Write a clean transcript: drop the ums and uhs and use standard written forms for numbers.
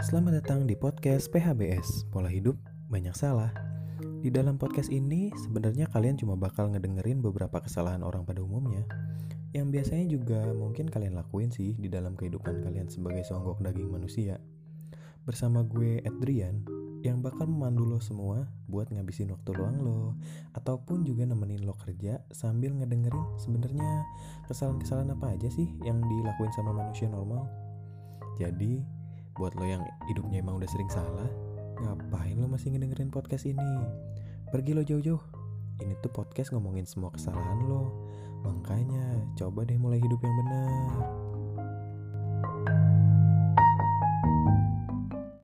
Selamat datang di podcast PHBS, Pola Hidup Banyak Salah. Di dalam podcast ini sebenarnya kalian cuma bakal ngedengerin beberapa kesalahan orang pada umumnya yang biasanya juga mungkin kalian lakuin sih di dalam kehidupan kalian sebagai songgok daging manusia. Bersama gue Adrian yang bakal memandu lo semua buat ngabisin waktu luang lo ataupun juga nemenin lo kerja sambil ngedengerin sebenarnya kesalahan-kesalahan apa aja sih yang dilakuin sama manusia normal. Jadi buat lo yang hidupnya emang udah sering salah, ngapain lo masih ngedengerin podcast ini? Pergi lo jauh-jauh. Ini tuh podcast ngomongin semua kesalahan lo. Makanya coba deh mulai hidup yang benar.